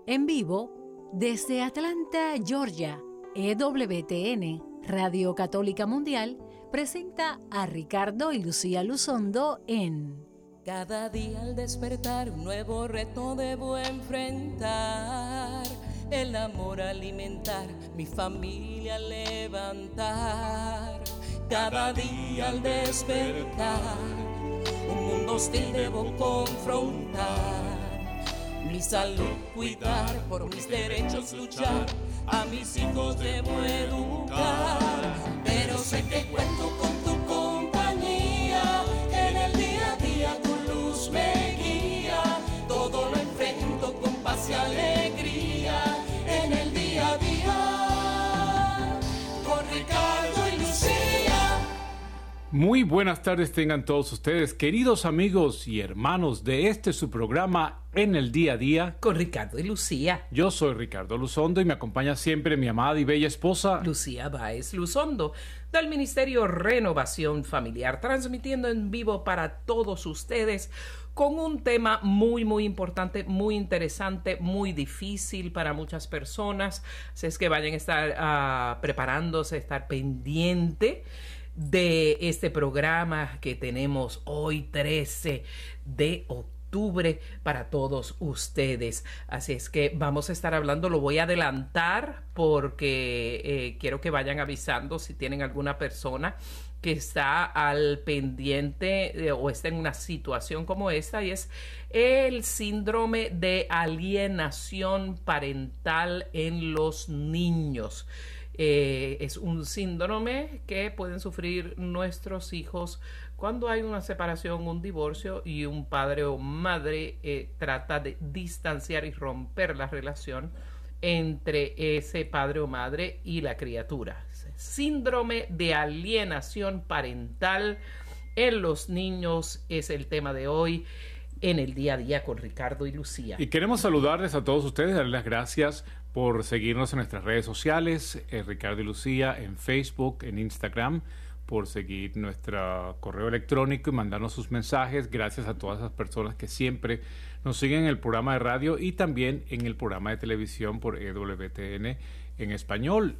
En vivo, desde Atlanta, Georgia, EWTN, Radio Católica Mundial, presenta a Ricardo y Lucía Luzondo en Cada día al despertar un nuevo reto debo enfrentar. El amor alimentar, mi familia levantar. Cada día al despertar un mundo hostil debo confrontar. Mi salud cuidar, por mis derechos luchar, a mis hijos debo educar. Pero sé que cuento con tu compañía, en el día a día tu luz me guía. Todo lo enfrento con paz y alegría, en el día a día, con Ricardo y Lucía. Muy buenas tardes tengan todos ustedes, queridos amigos y hermanos de su programa En el Día a Día. Con Ricardo y Lucía. Yo soy Ricardo Luzondo y me acompaña siempre mi amada y bella esposa Lucía Báez Luzondo, del Ministerio Renovación Familiar, transmitiendo en vivo para todos ustedes con un tema muy importante, muy interesante, muy difícil para muchas personas. Así es que vayan a estar preparándose, estar pendiente de este programa que tenemos hoy 13 de octubre para todos ustedes. Así es que vamos a estar hablando, lo voy a adelantar porque quiero que vayan avisando si tienen alguna persona que está al pendiente o está en una situación como esta, y es el síndrome de alienación parental en los niños. Es un síndrome que pueden sufrir nuestros hijos cuando hay una separación, un divorcio y un padre o madre trata de distanciar y romper la relación entre ese padre o madre y la criatura. Síndrome de alienación parental en los niños es el tema de hoy en el día a día con Ricardo y Lucía. Y queremos saludarles a todos ustedes, darles las gracias por seguirnos en nuestras redes sociales, Ricardo y Lucía, en Facebook, en Instagram, por seguir nuestro correo electrónico y mandarnos sus mensajes. Gracias a todas esas personas que siempre nos siguen en el programa de radio y también en el programa de televisión por EWTN en español,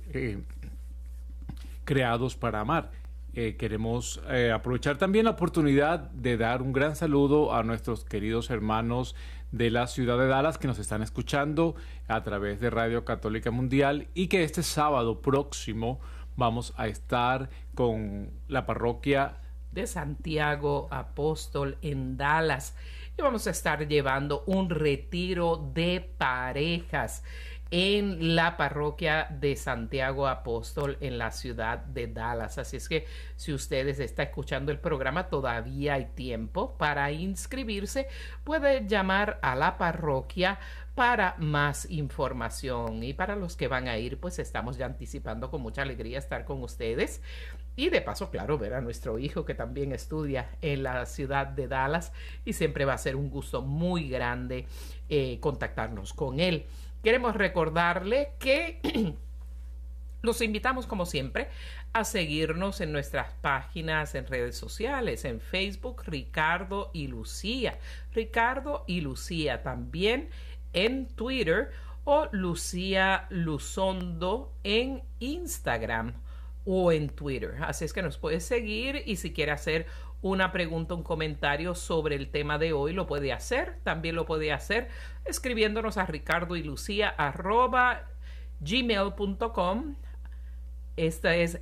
Creados para Amar. Queremos aprovechar también la oportunidad de dar un gran saludo a nuestros queridos hermanos de la ciudad de Dallas que nos están escuchando a través de Radio Católica Mundial, y que este sábado próximo vamos a estar con la parroquia de Santiago Apóstol en Dallas, y vamos a estar llevando un retiro de parejas en la parroquia de Santiago Apóstol en la ciudad de Dallas. Así es que si ustedes están escuchando el programa, todavía hay tiempo para inscribirse. Puede llamar a la parroquia para más información, y para los que van a ir, pues estamos ya anticipando con mucha alegría estar con ustedes. Y de paso, claro, ver a nuestro hijo que también estudia en la ciudad de Dallas, y siempre va a ser un gusto muy grande contactarnos con él. Queremos recordarle que los invitamos, como siempre, a seguirnos en nuestras páginas en redes sociales, en Facebook, Ricardo y Lucía. Ricardo y Lucía, también en Twitter, o Lucía Luzondo en Instagram o en Twitter. Así es que nos puede seguir, y si quiere hacer una pregunta, un comentario sobre el tema de hoy, lo puede hacer. También lo puede hacer escribiéndonos a ricardoylucia@gmail.com. Esta es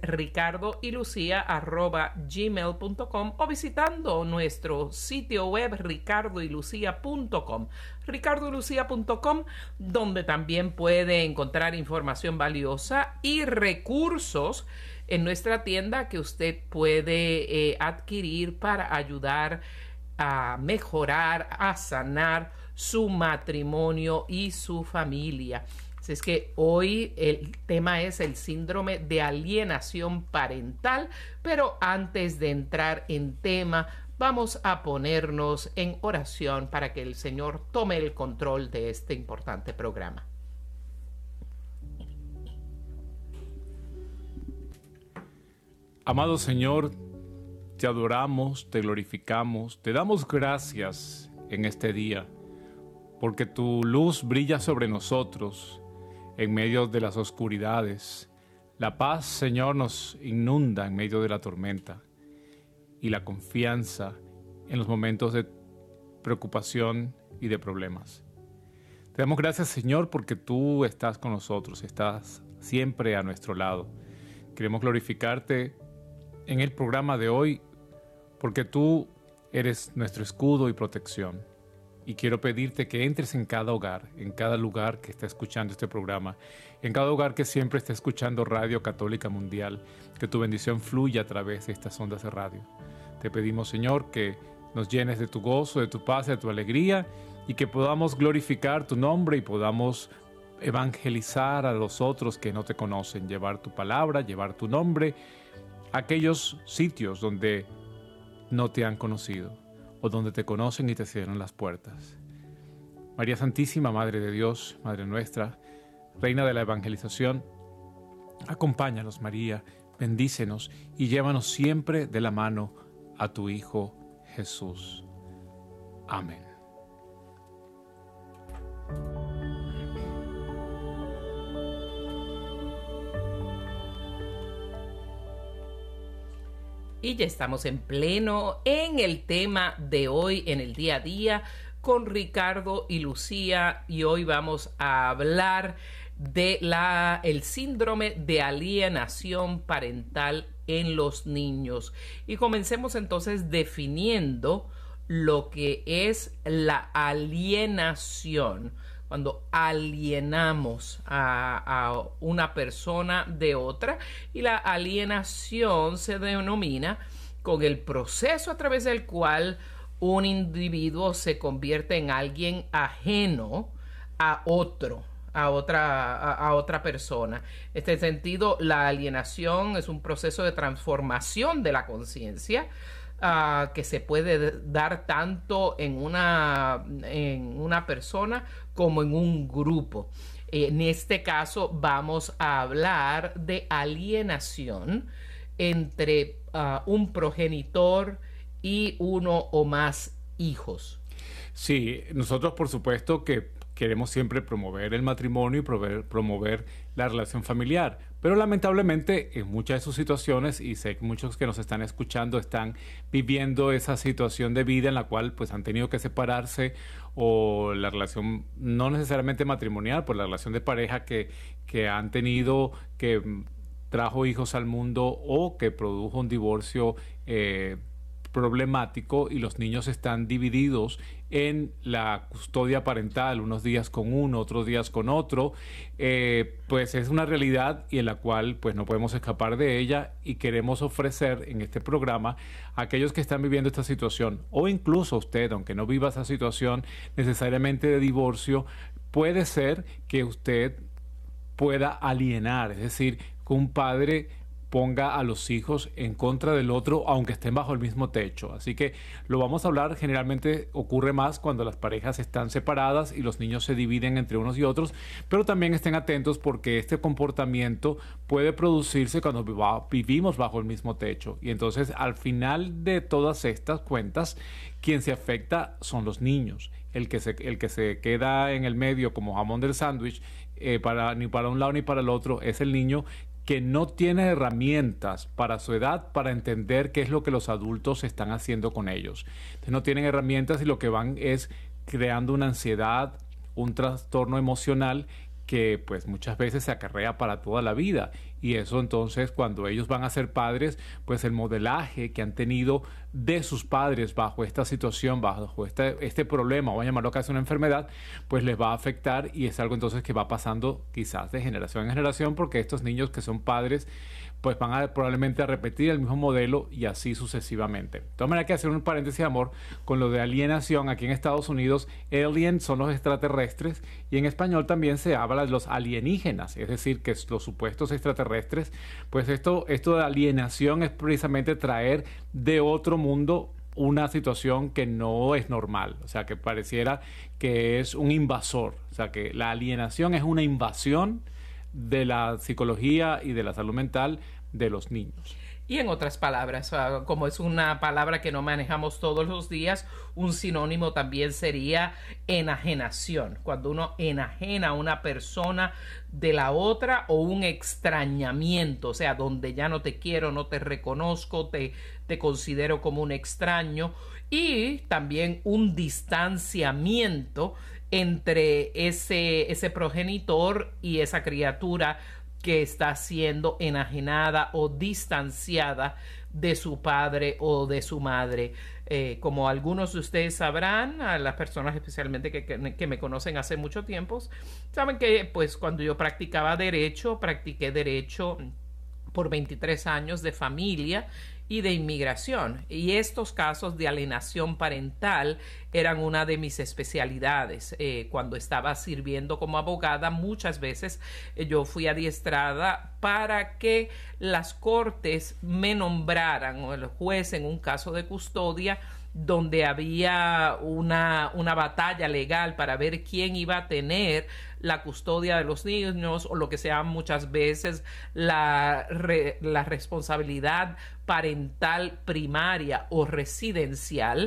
ricardoylucia@gmail.com, o visitando nuestro sitio web ricardoylucia.com, ricardoylucia.com, donde también puede encontrar información valiosa y recursos en nuestra tienda que usted puede adquirir para ayudar a mejorar, a sanar su matrimonio y su familia. Así es que hoy el tema es el síndrome de alienación parental, pero antes de entrar en tema, vamos a ponernos en oración para que el Señor tome el control de este importante programa. Amado Señor, te adoramos, te glorificamos, te damos gracias en este día porque tu luz brilla sobre nosotros en medio de las oscuridades. La paz, Señor, nos inunda en medio de la tormenta, y la confianza en los momentos de preocupación y de problemas. Te damos gracias, Señor, porque tú estás con nosotros, estás siempre a nuestro lado. Queremos glorificarte en el programa de hoy, porque tú eres nuestro escudo y protección. Y quiero pedirte que entres en cada hogar, en cada lugar que está escuchando este programa, en cada hogar que siempre está escuchando Radio Católica Mundial, que tu bendición fluya a través de estas ondas de radio. Te pedimos, Señor, que nos llenes de tu gozo, de tu paz, de tu alegría, y que podamos glorificar tu nombre y podamos evangelizar a los otros que no te conocen, llevar tu palabra, llevar tu nombre a aquellos sitios donde no te han conocido, o donde te conocen y te cierran las puertas. María Santísima, Madre de Dios, Madre nuestra, Reina de la Evangelización, acompáñanos, María, bendícenos y llévanos siempre de la mano a tu Hijo Jesús. Amén. Y ya estamos en pleno en el tema de hoy, en el día a día, con Ricardo y Lucía, y hoy vamos a hablar de el síndrome de alienación parental en los niños. Y comencemos entonces definiendo lo que es la alienación. Cuando alienamos a una persona de otra, y la alienación se denomina con el proceso a través del cual un individuo se convierte en alguien ajeno a otra persona. En este sentido, la alienación es un proceso de transformación de la conciencia que se puede dar tanto en una persona como en un grupo. En este caso vamos a hablar de alienación entre un progenitor y uno o más hijos. Sí, nosotros por supuesto que queremos siempre promover el matrimonio y promover la relación familiar, pero lamentablemente en muchas de sus situaciones, y sé que muchos que nos están escuchando están viviendo esa situación de vida en la cual pues han tenido que separarse, o la relación no necesariamente matrimonial, pues la relación de pareja que han tenido, que trajo hijos al mundo o que produjo un divorcio problemático, y los niños están divididos en la custodia parental, unos días con uno, otros días con otro. Pues es una realidad y en la cual pues no podemos escapar de ella, y queremos ofrecer en este programa a aquellos que están viviendo esta situación, o incluso usted, aunque no viva esa situación necesariamente de divorcio, puede ser que usted pueda alienar, es decir, que un padre ponga a los hijos en contra del otro, aunque estén bajo el mismo techo. Así que lo vamos a hablar. Generalmente ocurre más cuando las parejas están separadas y los niños se dividen entre unos y otros, pero también estén atentos porque este comportamiento puede producirse cuando vivimos bajo el mismo techo. Y entonces, al final de todas estas cuentas, quien se afecta son los niños. El que se queda en el medio como jamón del sándwich, ni para un lado ni para el otro, es el niño que no tiene herramientas para su edad para entender qué es lo que los adultos están haciendo con ellos. Entonces no tienen herramientas, y lo que van es creando una ansiedad, un trastorno emocional que pues muchas veces se acarrea para toda la vida. Y eso entonces, cuando ellos van a ser padres, pues el modelaje que han tenido de sus padres bajo esta situación, bajo este problema, o a llamarlo casi una enfermedad, pues les va a afectar, y es algo entonces que va pasando quizás de generación en generación, porque estos niños que son padres pues van probablemente a repetir el mismo modelo, y así sucesivamente. De todas maneras, hay que hacer un paréntesis de amor con lo de alienación. Aquí en Estados Unidos, alien son los extraterrestres, y en español también se habla de los alienígenas, es decir, que los supuestos extraterrestres. Pues esto de alienación es precisamente traer de otro mundo una situación que no es normal, o sea, que pareciera que es un invasor. O sea, que la alienación es una invasión de la psicología y de la salud mental de los niños. Y en otras palabras, como es una palabra que no manejamos todos los días, un sinónimo también sería enajenación, cuando uno enajena a una persona de la otra, o un extrañamiento, o sea, donde ya no te quiero, no te reconozco, te considero como un extraño, y también un distanciamiento entre ese progenitor y esa criatura que está siendo enajenada o distanciada de su padre o de su madre. Como algunos de ustedes sabrán, a las personas especialmente que me conocen hace mucho tiempo, saben que pues cuando yo practiqué derecho por 23 años de familia y de inmigración, y estos casos de alienación parental eran una de mis especialidades. Cuando estaba sirviendo como abogada, muchas veces yo fui adiestrada para que las cortes me nombraran, o el juez en un caso de custodia donde había una batalla legal para ver quién iba a tener la custodia de los niños, o lo que sea muchas veces la responsabilidad parental primaria o residencial.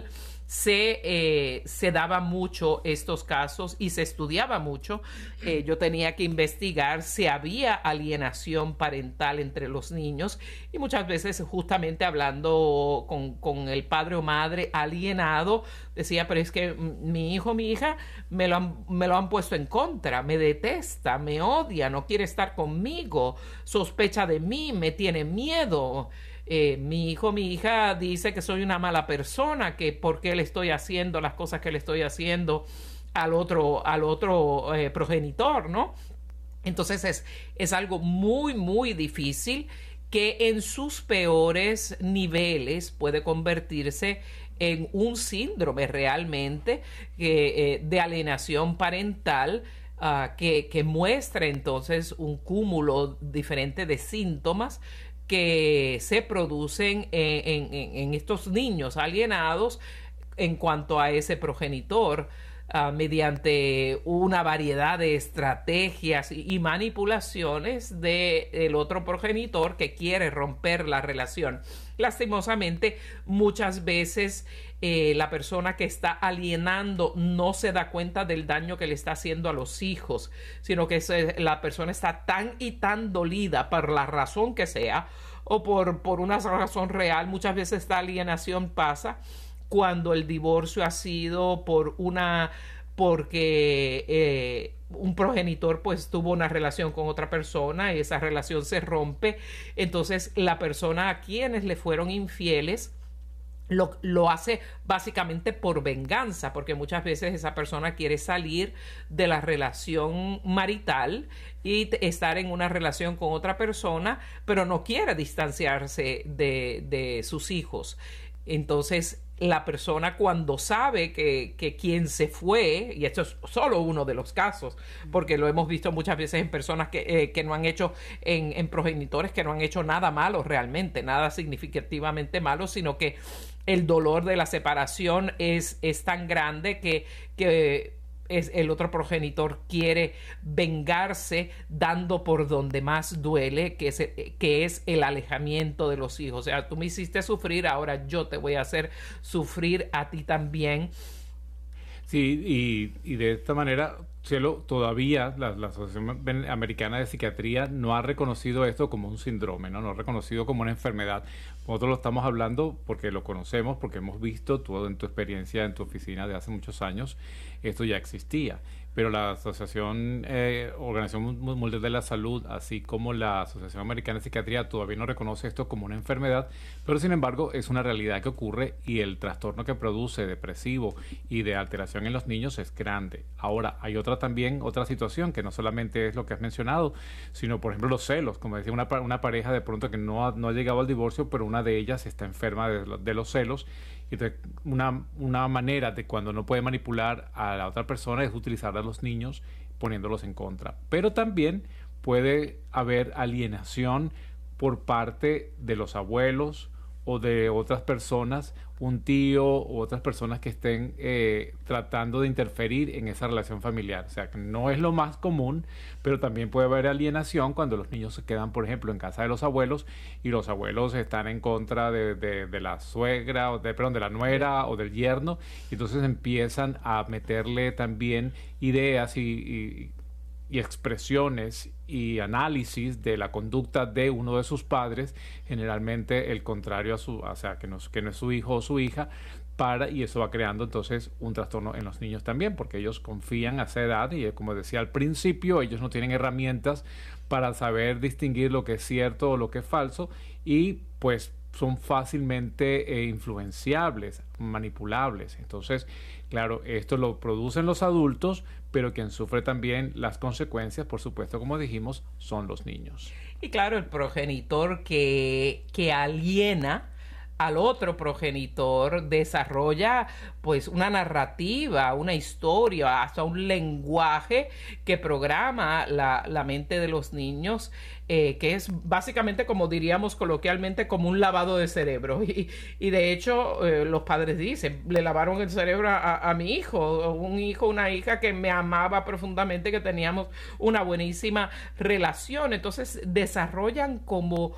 Se daba mucho estos casos y se estudiaba mucho. Yo tenía que investigar si había alienación parental entre los niños, y muchas veces justamente hablando con el padre o madre alienado, decía, pero es que mi hijo, mi hija me lo han puesto en contra, me detesta, me odia, no quiere estar conmigo, sospecha de mí, me tiene miedo. Mi hijo, mi hija dice que soy una mala persona, que por qué le estoy haciendo las cosas que le estoy haciendo al otro progenitor, ¿no? Entonces es algo muy, muy difícil, que en sus peores niveles puede convertirse en un síndrome realmente de alienación parental, que muestra entonces un cúmulo diferente de síntomas que se producen en estos niños alienados en cuanto a ese progenitor, mediante una variedad de estrategias y manipulaciones del otro progenitor que quiere romper la relación. Lastimosamente, muchas veces la persona que está alienando no se da cuenta del daño que le está haciendo a los hijos, sino que la persona está tan y tan dolida por la razón que sea, o por una razón real. Muchas veces esta alienación pasa cuando el divorcio ha sido porque un progenitor pues tuvo una relación con otra persona y esa relación se rompe. Entonces la persona a quienes le fueron infieles lo hace básicamente por venganza, porque muchas veces esa persona quiere salir de la relación marital y estar en una relación con otra persona, pero no quiere distanciarse de sus hijos. Entonces la persona, cuando sabe que quien se fue, y esto es solo uno de los casos, porque lo hemos visto muchas veces en personas que no han hecho, en progenitores que no han hecho nada malo realmente, nada significativamente malo, sino que el dolor de la separación es tan grande que el otro progenitor quiere vengarse dando por donde más duele, que es el alejamiento de los hijos. O sea, tú me hiciste sufrir, ahora yo te voy a hacer sufrir a ti también. Sí, y de esta manera, Cielo, todavía la Asociación Americana de Psiquiatría no ha reconocido esto como un síndrome, ¿no? No ha reconocido como una enfermedad. Nosotros lo estamos hablando porque lo conocemos, porque hemos visto, tú en tu experiencia en tu oficina de hace muchos años, esto ya existía. Pero la Asociación Organización Mundial de la Salud, así como la Asociación Americana de Psiquiatría, todavía no reconoce esto como una enfermedad, pero sin embargo es una realidad que ocurre, y el trastorno que produce depresivo y de alteración en los niños es grande. Ahora, hay otra situación que no solamente es lo que has mencionado, sino por ejemplo los celos. Como decía, una pareja de pronto que no ha llegado al divorcio, pero una de ellas está enferma de los celos. Entonces, una manera de cuando no puede manipular a la otra persona es utilizar a los niños poniéndolos en contra. Pero también puede haber alienación por parte de los abuelos o de otras personas, un tío u otras personas que estén tratando de interferir en esa relación familiar. O sea, que no es lo más común, pero también puede haber alienación cuando los niños se quedan, por ejemplo, en casa de los abuelos y los abuelos están en contra de la suegra, perdón, de la nuera o del yerno, y entonces empiezan a meterle también ideas y expresiones y análisis de la conducta de uno de sus padres, generalmente el contrario o sea, que no es su hijo o su hija, y eso va creando entonces un trastorno en los niños también, porque ellos confían a esa edad y, como decía al principio, ellos no tienen herramientas para saber distinguir lo que es cierto o lo que es falso, y pues son fácilmente influenciables, manipulables. Entonces, claro, esto lo producen los adultos, pero quien sufre también las consecuencias, por supuesto, como dijimos, son los niños. Y claro, el progenitor que aliena al otro progenitor desarrolla pues una narrativa, una historia, hasta un lenguaje que programa la mente de los niños, que es básicamente, como diríamos coloquialmente, como un lavado de cerebro. Y de hecho los padres dicen, le lavaron el cerebro a mi hijo, una hija que me amaba profundamente, que teníamos una buenísima relación. Entonces desarrollan como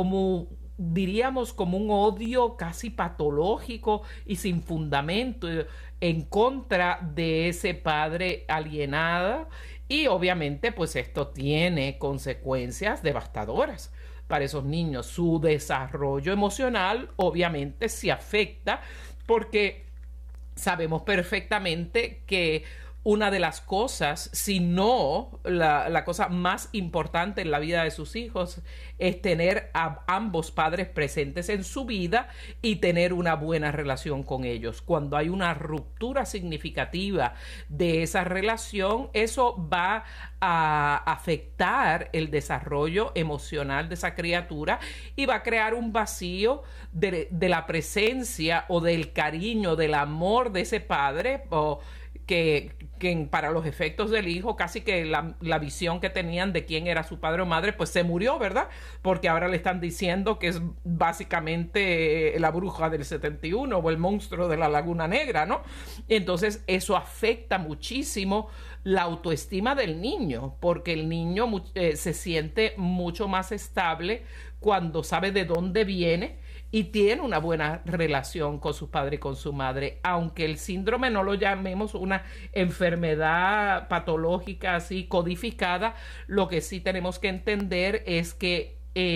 diríamos como un odio casi patológico y sin fundamento en contra de ese padre alienado, y obviamente pues esto tiene consecuencias devastadoras para esos niños. Su desarrollo emocional obviamente se afecta, porque sabemos perfectamente que una de las cosas, si no la cosa más importante en la vida de sus hijos, es tener a ambos padres presentes en su vida y tener una buena relación con ellos. Cuando hay una ruptura significativa de esa relación, eso va a afectar el desarrollo emocional de esa criatura y va a crear un vacío de la presencia o del cariño, del amor de ese padre, o que para los efectos del hijo, casi que la visión que tenían de quién era su padre o madre, pues se murió, ¿verdad? Porque ahora le están diciendo que es básicamente la bruja del 71 o el monstruo de la Laguna Negra, ¿no? Entonces eso afecta muchísimo la autoestima del niño, porque el niño se siente mucho más estable cuando sabe de dónde viene y tiene una buena relación con su padre y con su madre. Aunque el síndrome no lo llamemos una enfermedad patológica así codificada, lo que sí tenemos que entender es que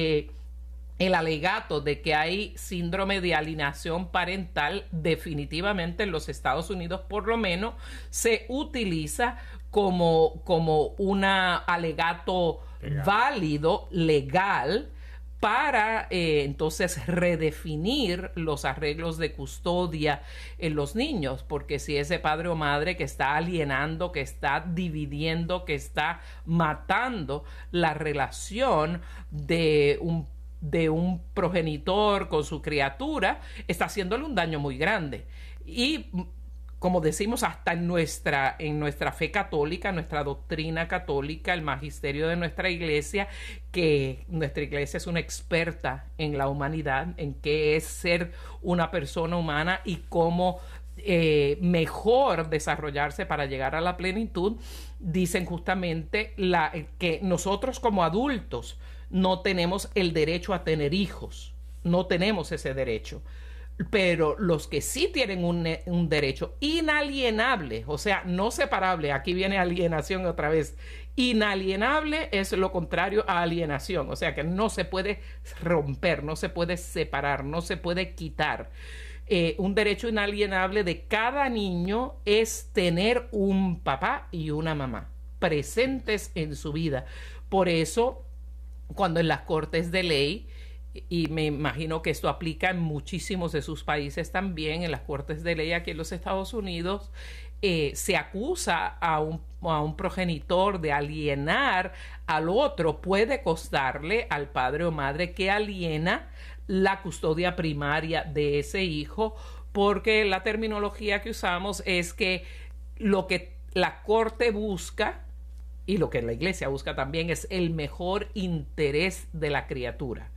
el alegato de que hay síndrome de alienación parental definitivamente en los Estados Unidos por lo menos se utiliza como un alegato válido, legal, para entonces redefinir los arreglos de custodia en los niños, porque si ese padre o madre que está alienando, que está dividiendo, que está matando la relación de un progenitor con su criatura, está haciéndole un daño muy grande. Y como decimos, hasta en nuestra fe católica, nuestra doctrina católica, el magisterio de nuestra iglesia, que nuestra iglesia es una experta en la humanidad, en qué es ser una persona humana y cómo mejor desarrollarse para llegar a la plenitud, dicen justamente que nosotros como adultos no tenemos el derecho a tener hijos, no tenemos ese derecho. Pero los que sí tienen un derecho inalienable, o sea, no separable, aquí viene alienación otra vez, inalienable es lo contrario a alienación, o sea que no se puede romper, no se puede separar, no se puede quitar. Un derecho inalienable de cada niño es tener un papá y una mamá presentes en su vida. Por eso, cuando en las cortes de ley, y me imagino que esto aplica en muchísimos de sus países también, en las cortes de ley aquí en los Estados Unidos, se acusa a un progenitor de alienar al otro, puede costarle al padre o madre que aliena la custodia primaria de ese hijo, porque la terminología que usamos es que lo que la corte busca y lo que la iglesia busca también es el mejor interés de la criatura.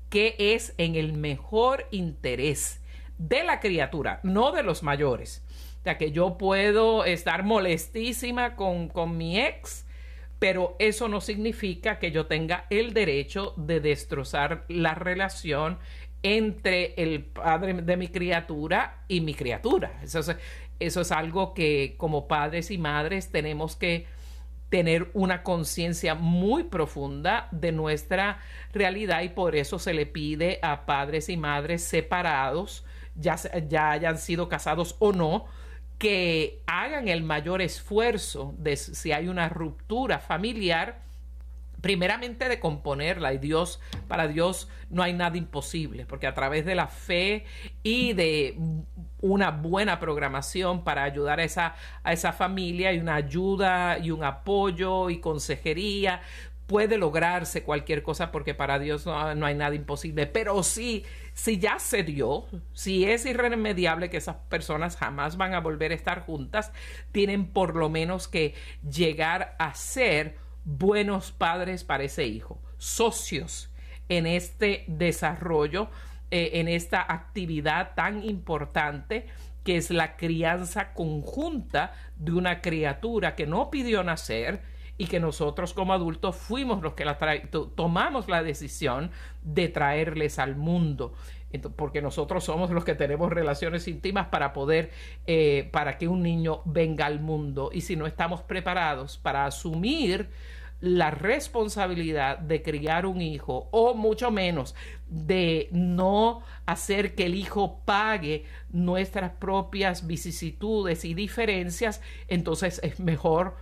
que es en el mejor interés de la criatura, no de los mayores. O sea, que yo puedo estar molestísima con mi ex, pero eso no significa que yo tenga el derecho de destrozar la relación entre el padre de mi criatura y mi criatura. Eso es algo que como padres y madres tenemos que tener una conciencia muy profunda de nuestra realidad, y por eso se le pide a padres y madres separados, ya hayan sido casados o no, que hagan el mayor esfuerzo de, si hay una ruptura familiar, primeramente de componerla. Y para Dios no hay nada imposible, porque a través de la fe y de una buena programación para ayudar a esa familia, y una ayuda y un apoyo y consejería, puede lograrse cualquier cosa, porque para Dios no hay nada imposible. Pero si ya se dio, si es irremediable que esas personas jamás van a volver a estar juntas, tienen por lo menos que llegar a ser buenos padres para ese hijo, socios en este desarrollo, en esta actividad tan importante que es la crianza conjunta de una criatura que no pidió nacer, y que nosotros como adultos fuimos los que tomamos la decisión de traerles al mundo, porque nosotros somos los que tenemos relaciones íntimas para que un niño venga al mundo. Y si no estamos preparados para asumir la responsabilidad de criar un hijo, o mucho menos de no hacer que el hijo pague nuestras propias vicisitudes y diferencias, entonces es mejor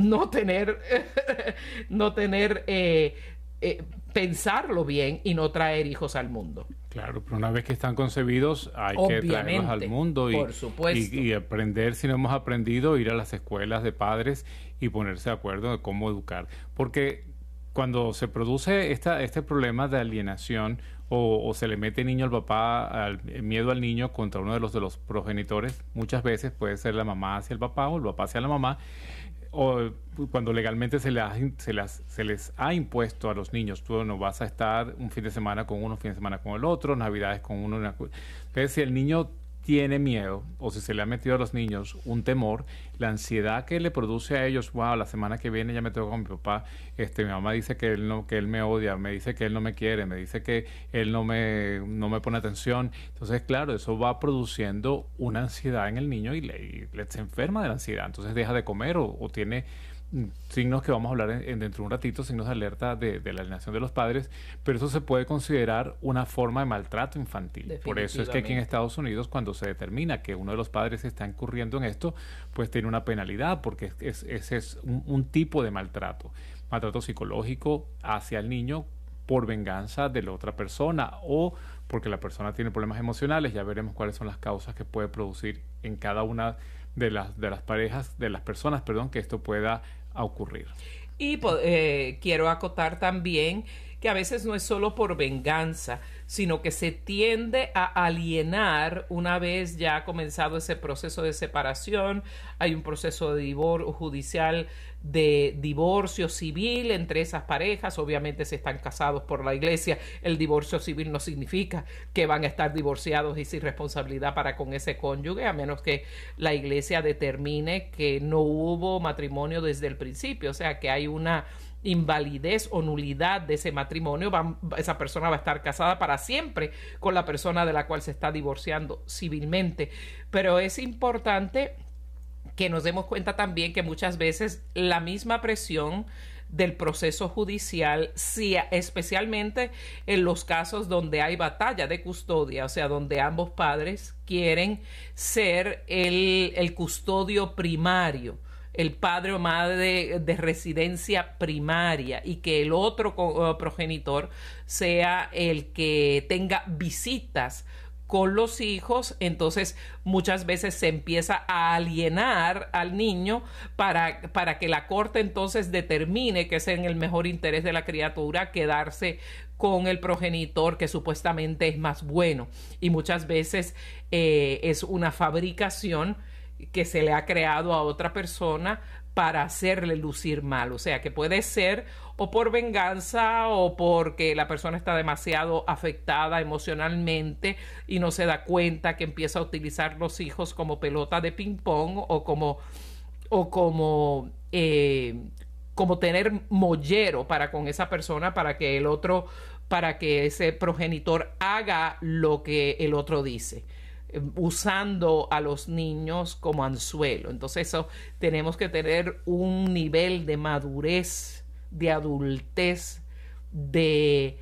pensarlo bien y no traer hijos al mundo. Claro, pero una vez que están concebidos hay que traerlos al mundo y aprender, si no hemos aprendido, ir a las escuelas de padres y ponerse de acuerdo de cómo educar. Porque cuando se produce este problema de alienación o se le mete niño al papá, miedo al niño contra uno de los progenitores, muchas veces puede ser la mamá hacia el papá o el papá hacia la mamá, o cuando legalmente se les ha impuesto a los niños, tú no vas a estar un fin de semana con uno, un fin de semana con el otro, navidades con uno. Entonces, si el niño tiene miedo, o si se le ha metido a los niños un temor, la ansiedad que le produce a ellos, wow, la semana que viene ya me tengo con mi papá, mi mamá dice que él me odia, me dice que él no me quiere, me dice que él no me pone atención. Entonces, claro, eso va produciendo una ansiedad en el niño y se enferma de la ansiedad. Entonces deja de comer o tiene signos que vamos a hablar dentro de un ratito, signos de alerta de la alienación de los padres, pero eso se puede considerar una forma de maltrato infantil. Por eso es que aquí en Estados Unidos, cuando se determina que uno de los padres está incurriendo en esto, pues tiene una penalidad, porque ese es un tipo de maltrato psicológico hacia el niño por venganza de la otra persona, o porque la persona tiene problemas emocionales. Ya veremos cuáles son las causas que puede producir en cada una de las parejas, de las personas, que esto pueda ocurrir. Y quiero acotar también que a veces no es solo por venganza, sino que se tiende a alienar una vez ya ha comenzado ese proceso de separación. Hay un proceso de judicial de divorcio civil entre esas parejas. Obviamente, si están casados por la iglesia, el divorcio civil no significa que van a estar divorciados y sin responsabilidad para con ese cónyuge, a menos que la iglesia determine que no hubo matrimonio desde el principio, o sea, que hay una invalidez o nulidad de ese matrimonio. Esa persona va a estar casada para siempre con la persona de la cual se está divorciando civilmente. Pero es importante que nos demos cuenta también que muchas veces la misma presión del proceso judicial, especialmente en los casos donde hay batalla de custodia, o sea, donde ambos padres quieren ser el custodio primario, el padre o madre de residencia primaria, y que el otro progenitor sea el que tenga visitas con los hijos. Entonces muchas veces se empieza a alienar al niño para que la corte entonces determine que es en el mejor interés de la criatura quedarse con el progenitor que supuestamente es más bueno, y muchas veces es una fabricación que se le ha creado a otra persona para hacerle lucir mal. O sea, que puede ser o por venganza o porque la persona está demasiado afectada emocionalmente y no se da cuenta que empieza a utilizar los hijos como pelota de ping pong o como tener mollero para con esa persona para que ese progenitor haga lo que el otro dice, usando a los niños como anzuelo. Entonces eso, tenemos que tener un nivel de madurez, de adultez, de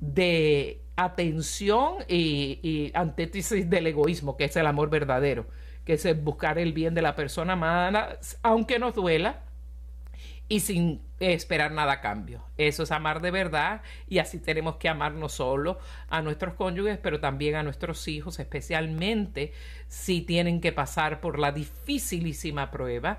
atención y antítesis del egoísmo, que es el amor verdadero, que es buscar el bien de la persona amada, aunque nos duela, y sin esperar nada a cambio. Eso es amar de verdad, y así tenemos que amar no solo a nuestros cónyuges, pero también a nuestros hijos, especialmente si tienen que pasar por la dificilísima prueba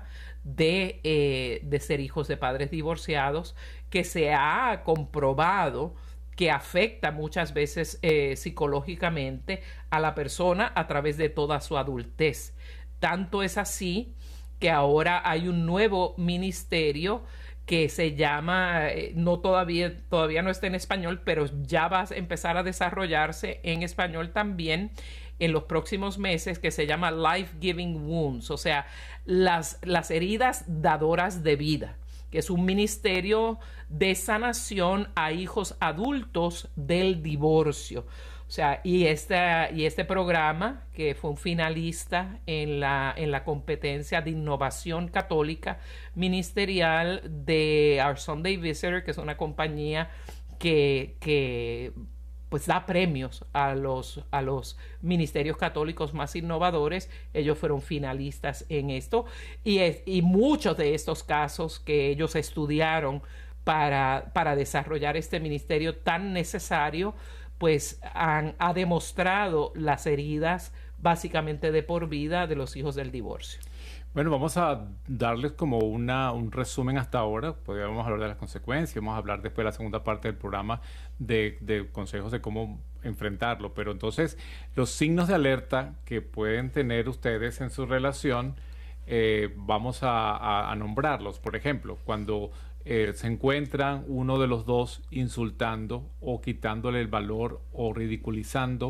de ser hijos de padres divorciados, que se ha comprobado que afecta muchas veces psicológicamente a la persona a través de toda su adultez. Tanto es así que ahora hay un nuevo ministerio que se llama, todavía no está en español, pero ya va a empezar a desarrollarse en español también en los próximos meses, que se llama Life Giving Wounds, o sea, las heridas dadoras de vida, que es un ministerio de sanación a hijos adultos del divorcio. O sea, y este programa, que fue un finalista en la competencia de innovación católica ministerial de Our Sunday Visitor, que es una compañía que pues da premios a los ministerios católicos más innovadores. Ellos fueron finalistas en esto, y muchos de estos casos que ellos estudiaron para desarrollar este ministerio tan necesario, pues ha demostrado las heridas básicamente de por vida de los hijos del divorcio. Bueno, vamos a darles como un resumen hasta ahora. Podríamos hablar de las consecuencias, vamos a hablar después de la segunda parte del programa de consejos de cómo enfrentarlo. Pero entonces, los signos de alerta que pueden tener ustedes en su relación, vamos a nombrarlos. Por ejemplo, cuando se encuentran uno de los dos insultando o quitándole el valor o ridiculizando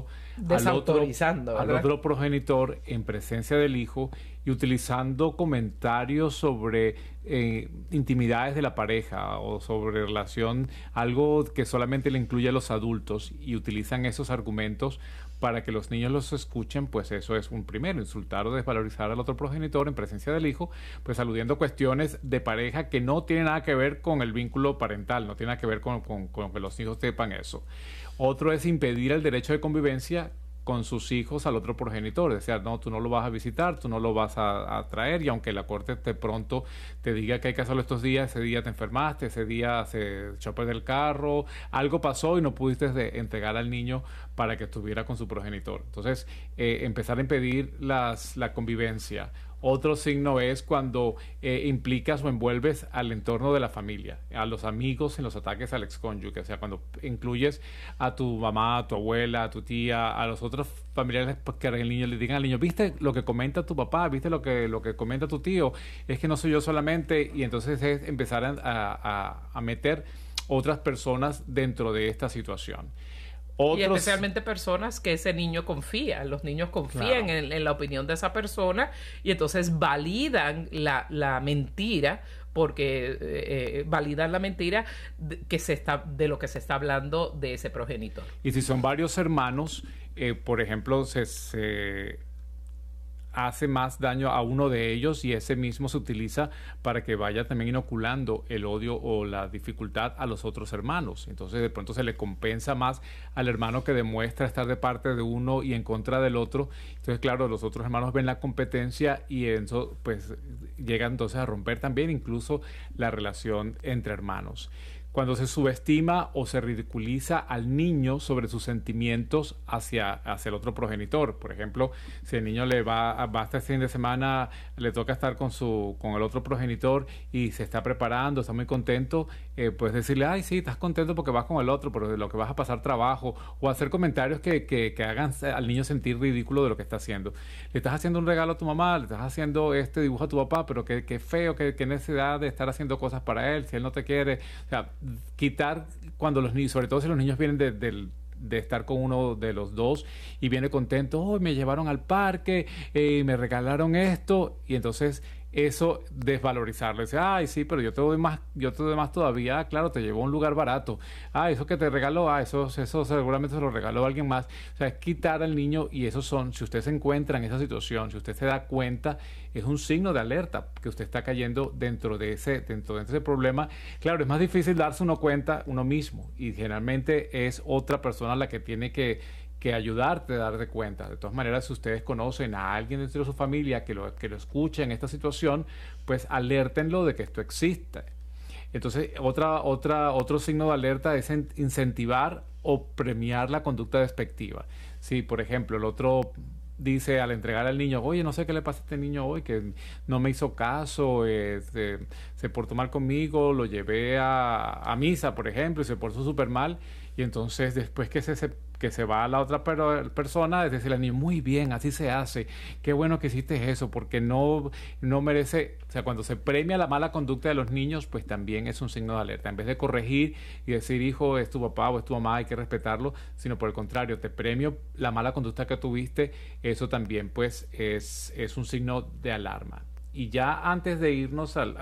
al otro progenitor en presencia del hijo, y utilizando comentarios sobre intimidades de la pareja o sobre relación, algo que solamente le incluye a los adultos, y utilizan esos argumentos para que los niños los escuchen. Pues eso es un primero, insultar o desvalorizar al otro progenitor en presencia del hijo, pues aludiendo cuestiones de pareja que no tienen nada que ver con el vínculo parental, no tiene nada que ver con que los hijos sepan eso. Otro es impedir el derecho de convivencia con sus hijos al otro progenitor, es decir, no, tú no lo vas a visitar, tú no lo vas a traer, y aunque la corte de pronto te diga que hay que hacerlo estos días, ese día te enfermaste, ese día se echó a perder el carro, algo pasó y no pudiste entregar al niño para que estuviera con su progenitor. Entonces, empezar a impedir la convivencia. Otro signo es cuando implicas o envuelves al entorno de la familia, a los amigos en los ataques al excónyuge. O sea, cuando incluyes a tu mamá, a tu abuela, a tu tía, a los otros familiares, pues, que el niño le digan al niño, ¿viste lo que comenta tu papá? ¿Viste lo que comenta tu tío? Es que no soy yo solamente. Y entonces es empezar a meter otras personas dentro de esta situación. Y especialmente personas que ese niño confía. Los niños confían, claro, en la opinión de esa persona, y entonces validan la mentira, porque validan la mentira de lo que se está hablando de ese progenitor. Y si son varios hermanos, por ejemplo, se hace más daño a uno de ellos, y ese mismo se utiliza para que vaya también inoculando el odio o la dificultad a los otros hermanos. Entonces de pronto se le compensa más al hermano que demuestra estar de parte de uno y en contra del otro. Entonces, claro, los otros hermanos ven la competencia, y eso pues llega entonces a romper también incluso la relación entre hermanos. cuando se subestima o se ridiculiza al niño sobre sus sentimientos hacia el otro progenitor. Por ejemplo, si el niño va este fin de semana, le toca estar con el otro progenitor y se está preparando, está muy contento, puedes decirle, ay, sí, estás contento porque vas con el otro, pero de lo que vas a pasar trabajo, o hacer comentarios que hagan al niño sentir ridículo de lo que está haciendo. Le estás haciendo un regalo a tu mamá, le estás haciendo este dibujo a tu papá, pero qué feo, qué necesidad de estar haciendo cosas para él, si él no te quiere. O sea, quitar cuando los niños, sobre todo si los niños vienen de estar con uno de los dos y viene contento, oh, me llevaron al parque, me regalaron esto, y entonces eso desvalorizarlo. Dice, ay, sí, pero yo te doy más todavía. Claro, te llevó a un lugar barato. Eso que te regaló, eso seguramente se lo regaló a alguien más. O sea, es quitar al niño, y eso si usted se encuentra en esa situación, si usted se da cuenta, es un signo de alerta que usted está cayendo dentro de ese problema. Claro, es más difícil darse uno cuenta uno mismo, y generalmente es otra persona la que tiene que ayudarte a darte cuenta. De todas maneras, si ustedes conocen a alguien dentro de su familia que lo escuche en esta situación, pues alértenlo de que esto existe. Entonces, otro signo de alerta es incentivar o premiar la conducta despectiva. Si, por ejemplo, el otro dice al entregar al niño, oye, no sé qué le pasa a este niño hoy, que no me hizo caso, se portó mal conmigo, lo llevé a misa, por ejemplo, y se portó súper mal, y entonces después que se va a la otra persona, es decir, al niño, muy bien, así se hace, qué bueno que hiciste eso, porque no merece. O sea, cuando se premia la mala conducta de los niños, pues también es un signo de alerta. En vez de corregir y decir, hijo, es tu papá o es tu mamá, hay que respetarlo, sino por el contrario, te premio la mala conducta que tuviste, eso también pues es un signo de alarma. Y ya antes de irnos al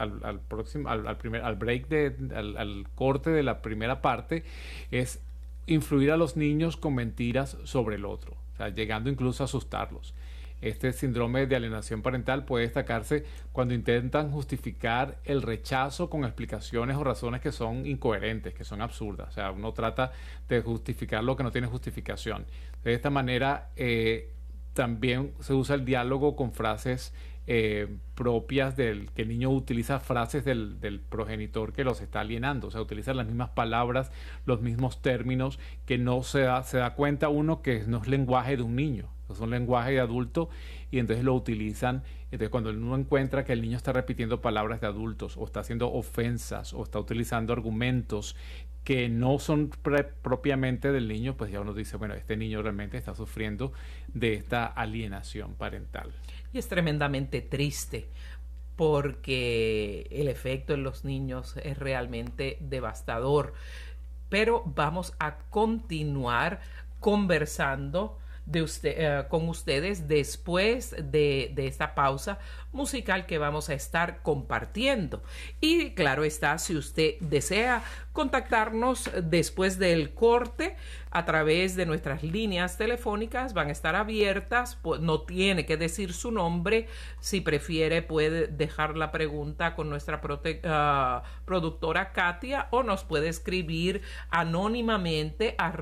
corte de la primera parte, es influir a los niños con mentiras sobre el otro, o sea, llegando incluso a asustarlos. Este síndrome de alienación parental puede destacarse cuando intentan justificar el rechazo con explicaciones o razones que son incoherentes, que son absurdas. O sea, uno trata de justificar lo que no tiene justificación. De esta manera, también se usa el diálogo con frases propias que el niño utiliza frases del progenitor que los está alienando, o sea, utiliza las mismas palabras, los mismos términos, que no se da cuenta uno que no es lenguaje de un niño, es un lenguaje de adulto, y entonces lo utilizan. Entonces, cuando uno encuentra que el niño está repitiendo palabras de adultos, o está haciendo ofensas, o está utilizando argumentos que no son propiamente del niño, pues ya uno dice, bueno, este niño realmente está sufriendo de esta alienación parental. Y es tremendamente triste, porque el efecto en los niños es realmente devastador. Pero vamos a continuar conversando con ustedes después de esta pausa musical que vamos a estar compartiendo. Y claro está, si usted desea contactarnos después del corte a través de nuestras líneas telefónicas, van a estar abiertas, no tiene que decir su nombre, si prefiere puede dejar la pregunta con nuestra productora Katia, o nos puede escribir anónimamente a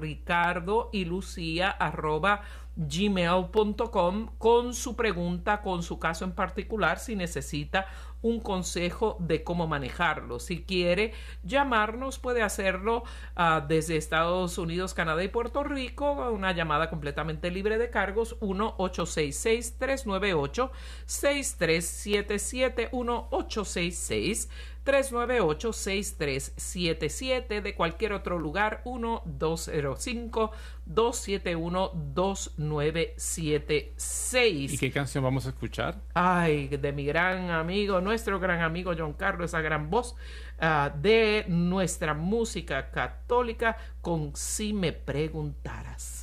ricardoylucia@gmail.com con su pregunta, con su caso en particular, si necesita un consejo de cómo manejarlo. Si quiere llamarnos, puede hacerlo desde Estados Unidos, Canadá y Puerto Rico, una llamada completamente libre de cargos, 1-866-398-6377, 1-866-398-6377, de cualquier otro lugar, 1-205-271-2976. ¿Y qué canción vamos a escuchar? Ay, de mi gran amigo, nuestro gran amigo John Carlos, esa gran voz de nuestra música católica, con Si me preguntaras.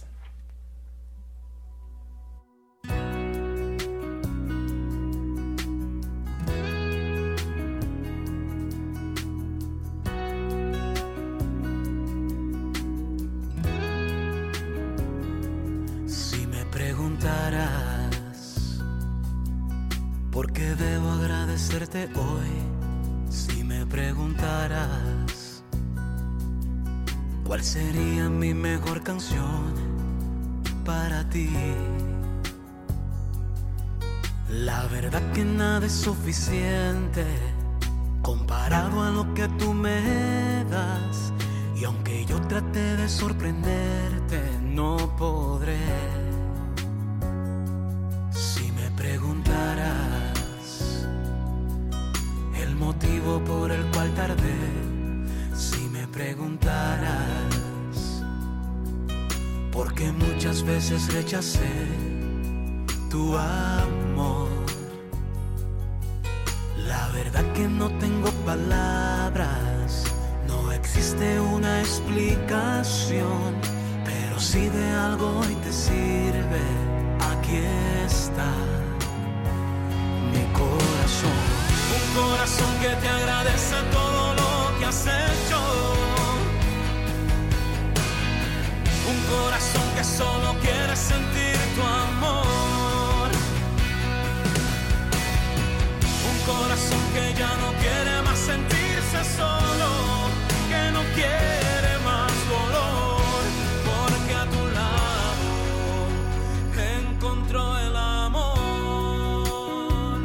¿Por qué debo agradecerte hoy? Si me preguntaras ¿cuál sería mi mejor canción para ti? La verdad que nada es suficiente comparado comparado a lo que tú me das. Y aunque yo trate de sorprenderte, no podré. Si me preguntaras el motivo por el cual tardé, si me preguntaras por qué muchas veces rechacé tu amor, la verdad que no tengo palabras. No existe una explicación, pero si de algo hoy te sirve, aquí está mi corazón. Un corazón que te agradece todo lo que has hecho. Un corazón que solo quiere sentir tu amor. Un corazón que ya no quiere más sentirse solo, que no quiere más dolor, porque a tu lado encontró el amor.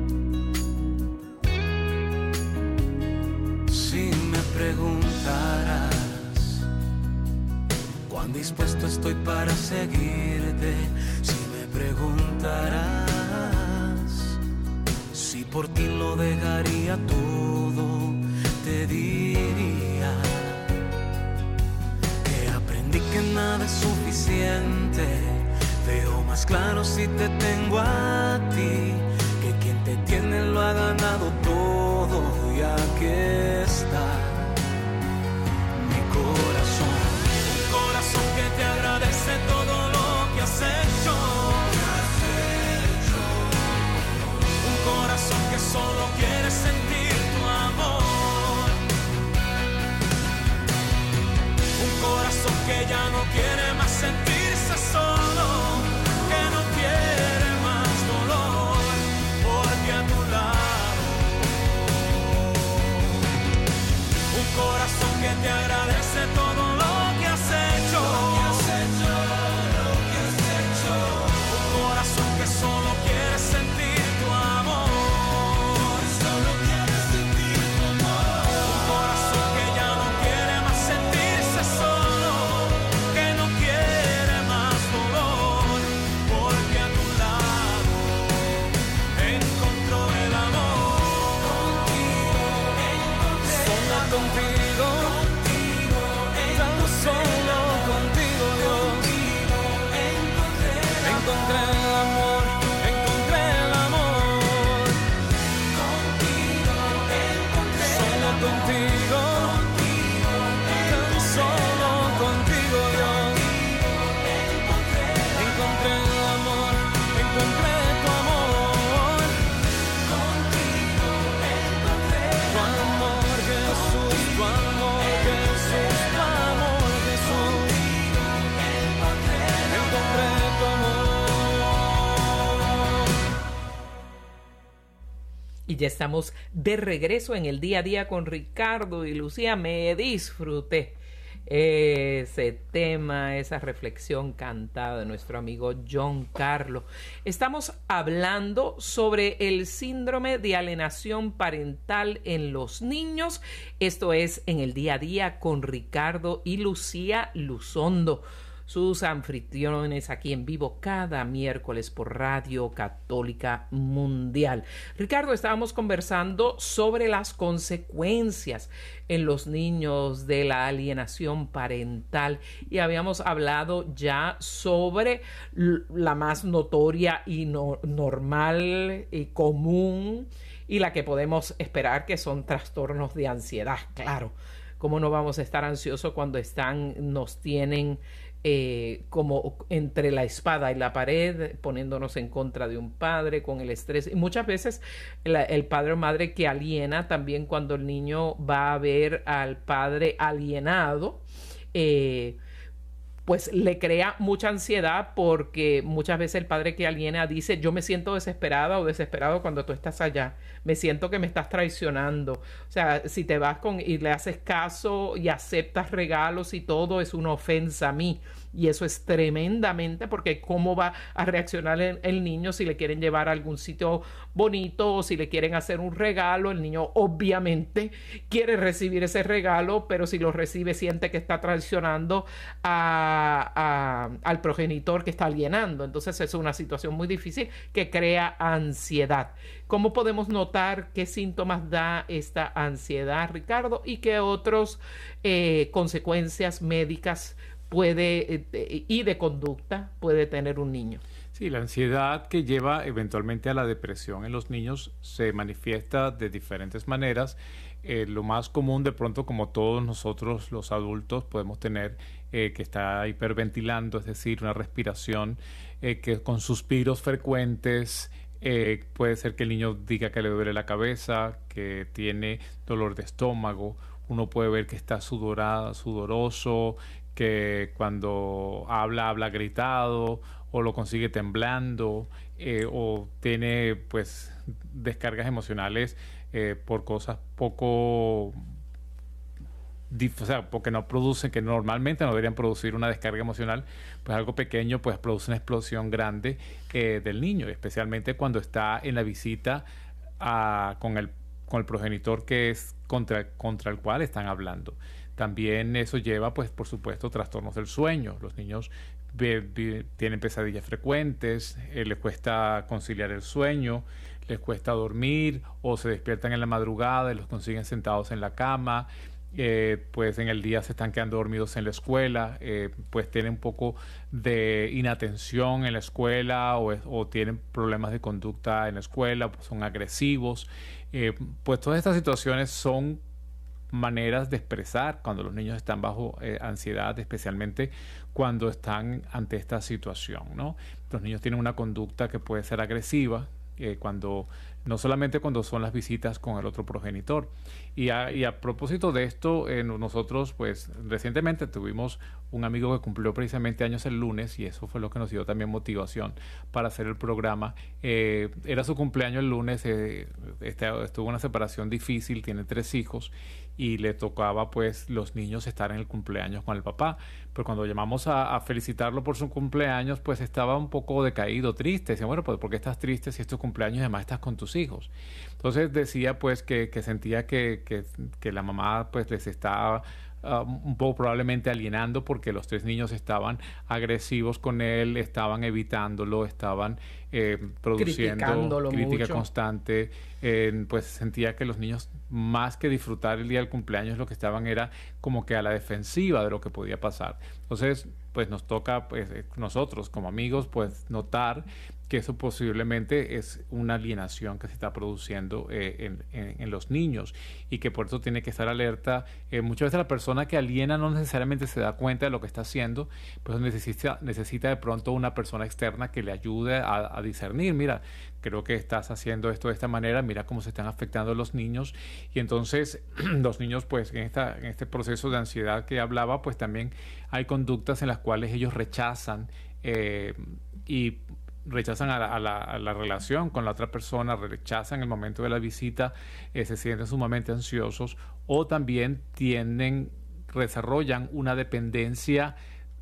Si me preguntaras cuán dispuesto estoy para seguirte, si me preguntaras si por ti lo dejaría todo, te diría que aprendí que nada es suficiente. Veo más claro si te tengo a ti, que quien te tiene lo ha ganado todo. Y aquí está mi corazón. Un corazón que te agradece todo lo que has hecho. Un corazón que solo quiere sentir tu amor. Un corazón que ya no quiere más sentirse solo, que no quiere más dolor, porque a tu lado. Un corazón que te agradece todo lo que has hecho. Un corazón que solo quiere sentir tu amor. Un corazón que ya no quiere más sentirse solo, que no quiere más dolor, porque a tu lado encontró el amor. Sola contigo, tan solo contigo, Dios. Encontré el amor, encontré el amor. Solo contigo, tan solo contigo, Dios. Encontré el amor, encontré tu amor. Tu amor, Jesús, tu amor, Jesús, tu amor, Jesús. Encontré tu amor. Y ya estamos de regreso en el día a día con Ricardo y Lucía. Me disfruté ese tema, esa reflexión cantada de nuestro amigo John Carlos. Estamos hablando sobre el síndrome de alienación parental en los niños. Esto es en el día a día con Ricardo y Lucía Luzondo, sus anfitriones aquí en vivo cada miércoles por Radio Católica Mundial. Ricardo, estábamos conversando sobre las consecuencias en los niños de la alienación parental y habíamos hablado ya sobre la más notoria y normal y común y la que podemos esperar, que son trastornos de ansiedad. Claro, ¿cómo no vamos a estar ansiosos cuando nos tienen como entre la espada y la pared, poniéndonos en contra de un padre, con el estrés? Y muchas veces el padre o madre que aliena, también cuando el niño va a ver al padre alienado, pues le crea mucha ansiedad, porque muchas veces el padre que aliena dice: yo me siento desesperada o desesperado cuando tú estás allá, me siento que me estás traicionando. O sea, si te vas y le haces caso y aceptas regalos y todo, es una ofensa a mí. Y eso es tremendamente, porque cómo va a reaccionar el niño si le quieren llevar a algún sitio bonito o si le quieren hacer un regalo. El niño obviamente quiere recibir ese regalo, pero si lo recibe siente que está traicionando al progenitor que está alienando. Entonces es una situación muy difícil que crea ansiedad. ¿Cómo podemos notar qué síntomas da esta ansiedad, Ricardo, y qué otras consecuencias médicas y de conducta puede tener un niño? Sí, la ansiedad que lleva eventualmente a la depresión en los niños se manifiesta de diferentes maneras. Lo más común, de pronto, como todos nosotros los adultos podemos tener, que está hiperventilando, es decir, una respiración que con suspiros frecuentes. Puede ser que el niño diga que le duele la cabeza, que tiene dolor de estómago. Uno puede ver que está sudoroso, que cuando habla gritado, o lo consigue temblando, o tiene pues descargas emocionales por cosas poco, o sea, porque no producen, que normalmente no deberían producir una descarga emocional, pues algo pequeño pues produce una explosión grande del niño, especialmente cuando está en la visita con el progenitor que es contra el cual están hablando. También eso lleva, pues, por supuesto, trastornos del sueño. Los niños tienen pesadillas frecuentes, les cuesta conciliar el sueño, les cuesta dormir, o se despiertan en la madrugada y los consiguen sentados en la cama. Pues en el día se están quedando dormidos en la escuela, pues tienen un poco de inatención en la escuela, o tienen problemas de conducta en la escuela, pues son agresivos. Pues todas estas situaciones son maneras de expresar cuando los niños están bajo ansiedad, especialmente cuando están ante esta situación, ¿no? Los niños tienen una conducta que puede ser agresiva, no solamente cuando son las visitas con el otro progenitor. Y a propósito de esto, nosotros pues recientemente tuvimos un amigo que cumplió precisamente años el lunes, y eso fue lo que nos dio también motivación para hacer el programa. Era su cumpleaños el lunes, estuvo en una separación difícil, tiene 3 hijos, y le tocaba pues los niños estar en el cumpleaños con el papá. Pero cuando llamamos a felicitarlo por su cumpleaños, pues estaba un poco decaído, triste. Decía, bueno, pues ¿por qué estás triste si es tu cumpleaños y además estás con tus hijos? Entonces decía pues que sentía que la mamá pues les estaba un poco probablemente alienando, porque los 3 niños estaban agresivos con él, estaban evitándolo, estaban produciendo crítica mucho, constante. Pues sentía que los niños, más que disfrutar el día del cumpleaños, lo que estaban era como que a la defensiva de lo que podía pasar. Entonces pues nos toca, pues nosotros como amigos, pues notar que eso posiblemente es una alienación que se está produciendo en los niños, y que por eso tiene que estar alerta. Muchas veces la persona que aliena no necesariamente se da cuenta de lo que está haciendo, pues necesita de pronto una persona externa que le ayude a discernir. Mira, creo que estás haciendo esto de esta manera, mira cómo se están afectando los niños. Y entonces los niños pues en este proceso de ansiedad que hablaba, pues también hay conductas en las cuales ellos rechazan y rechazan a la relación con la otra persona, rechazan el momento de la visita, se sienten sumamente ansiosos, o también desarrollan una dependencia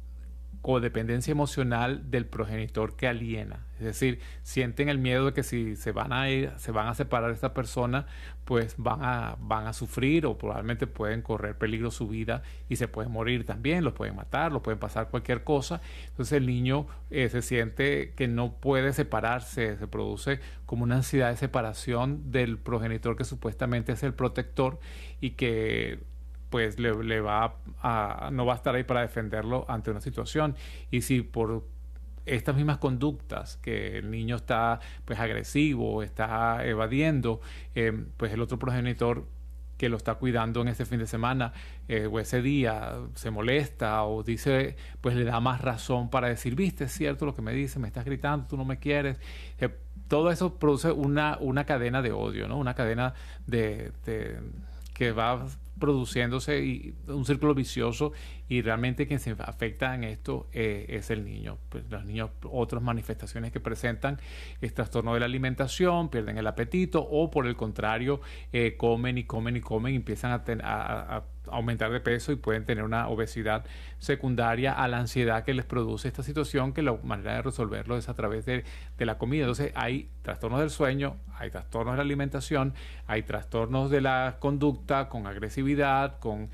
emocional del progenitor que aliena. Es decir, sienten el miedo de que si se van a separar de esta persona, pues van a sufrir, o probablemente pueden correr peligro su vida y se pueden morir también, los pueden matar, los pueden pasar cualquier cosa. Entonces el niño se siente que no puede separarse, se produce como una ansiedad de separación del progenitor que supuestamente es el protector, y que pues no va a estar ahí para defenderlo ante una situación. Y si por estas mismas conductas, que el niño está pues agresivo, está evadiendo, pues el otro progenitor que lo está cuidando en ese fin de semana o ese día se molesta, o dice, pues le da más razón para decir, viste, es cierto lo que me dice, me estás gritando, tú no me quieres. Todo eso produce una cadena de odio, ¿no? Una cadena que va produciéndose un círculo vicioso, y realmente quien se afecta en esto es el niño. Pues los niños, otras manifestaciones que presentan es trastorno de la alimentación, pierden el apetito, o por el contrario comen y empiezan a aumentar de peso y pueden tener una obesidad secundaria a la ansiedad que les produce esta situación, que la manera de resolverlo es a través de la comida. Entonces hay trastornos del sueño, hay trastornos de la alimentación, hay trastornos de la conducta con agresividad, con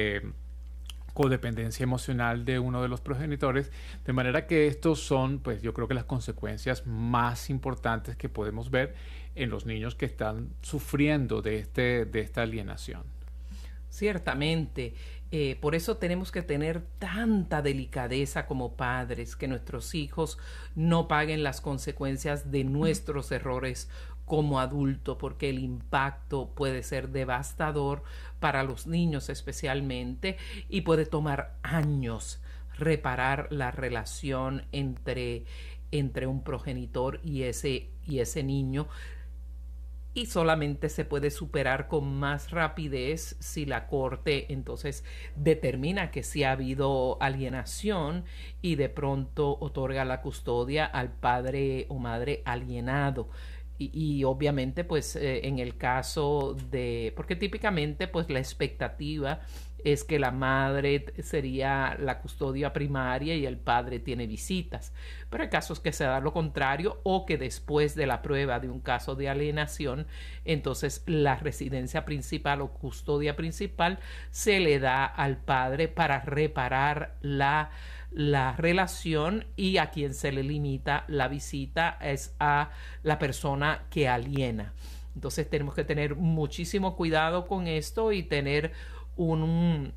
codependencia emocional de uno de los progenitores, de manera que estos son, pues yo creo que las consecuencias más importantes que podemos ver en los niños que están sufriendo de esta alienación. Ciertamente, por eso tenemos que tener tanta delicadeza como padres, que nuestros hijos no paguen las consecuencias de nuestros errores como adultos, porque el impacto puede ser devastador para los niños especialmente, y puede tomar años reparar la relación entre un progenitor y ese niño. Y solamente se puede superar con más rapidez si la corte entonces determina que sí ha habido alienación y de pronto otorga la custodia al padre o madre alienado. Y obviamente pues en el caso de, porque típicamente pues la expectativa es que la madre sería la custodia primaria y el padre tiene visitas, pero hay casos que se da lo contrario, o que después de la prueba de un caso de alienación, entonces la residencia principal o custodia principal se le da al padre para reparar la relación, y a quien se le limita la visita es a la persona que aliena. Entonces tenemos que tener muchísimo cuidado con esto y tener un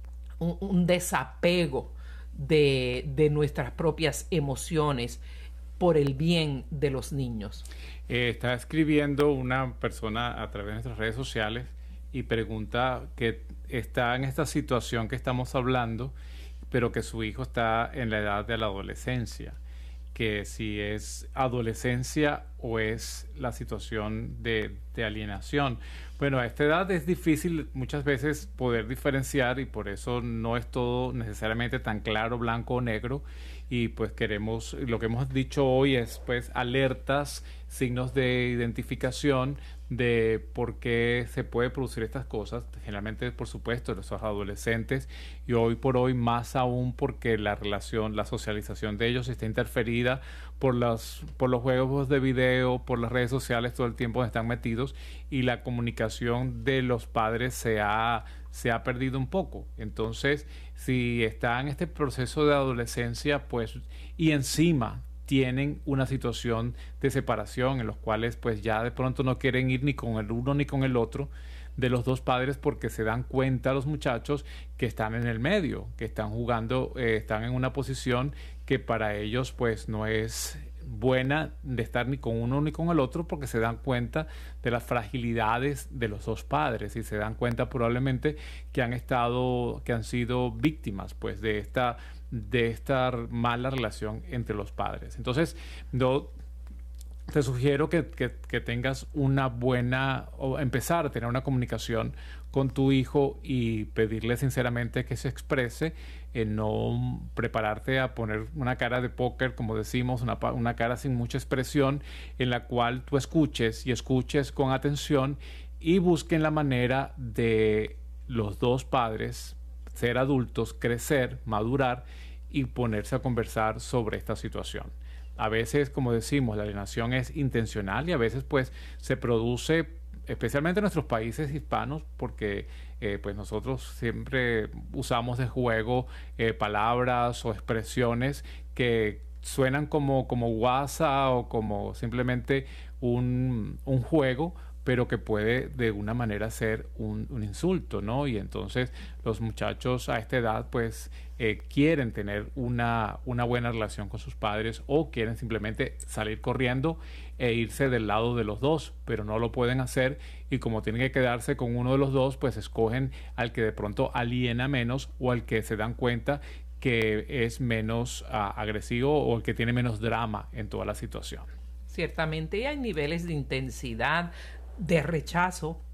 desapego de nuestras propias emociones por el bien de los niños. Está escribiendo una persona a través de nuestras redes sociales y pregunta que está en esta situación que estamos hablando, pero que su hijo está en la edad de la adolescencia, que si es adolescencia o es la situación de alienación. Bueno, a esta edad es difícil muchas veces poder diferenciar, y por eso no es todo necesariamente tan claro, blanco o negro, y pues lo que hemos dicho hoy es pues alertas, signos de identificación de por qué se puede producir estas cosas, generalmente por supuesto los adolescentes, y hoy por hoy más aún porque la relación, la socialización de ellos está interferida por los juegos de video, por las redes sociales, todo el tiempo están metidos, y la comunicación de los padres se ha perdido un poco. Entonces, si está en este proceso de adolescencia, pues, y encima tienen una situación de separación en los cuales pues ya de pronto no quieren ir ni con el uno ni con el otro de los dos padres, porque se dan cuenta los muchachos que están en el medio, que están jugando, están en una posición que para ellos pues no es buena de estar ni con uno ni con el otro, porque se dan cuenta de las fragilidades de los dos padres y se dan cuenta probablemente que han sido víctimas pues de esta mala relación entre los padres. Entonces, te sugiero que tengas una buena, o empezar a tener una comunicación con tu hijo y pedirle sinceramente que se exprese, no prepararte a poner una cara de póker, como decimos, una cara sin mucha expresión, en la cual tú escuches con atención y busquen la manera de los dos padres ser adultos, crecer, madurar y ponerse a conversar sobre esta situación. A veces, como decimos, la alienación es intencional y a veces pues se produce, especialmente en nuestros países hispanos, porque pues nosotros siempre usamos de juego palabras o expresiones que suenan como guasa o como simplemente un juego, pero que puede de una manera ser un insulto, ¿no? Y entonces los muchachos a esta edad pues quieren tener una buena relación con sus padres, o quieren simplemente salir corriendo e irse del lado de los dos, pero no lo pueden hacer, y como tienen que quedarse con uno de los dos, pues escogen al que de pronto aliena menos, o al que se dan cuenta que es menos agresivo, o el que tiene menos drama en toda la situación. Ciertamente hay niveles de intensidad, de rechazo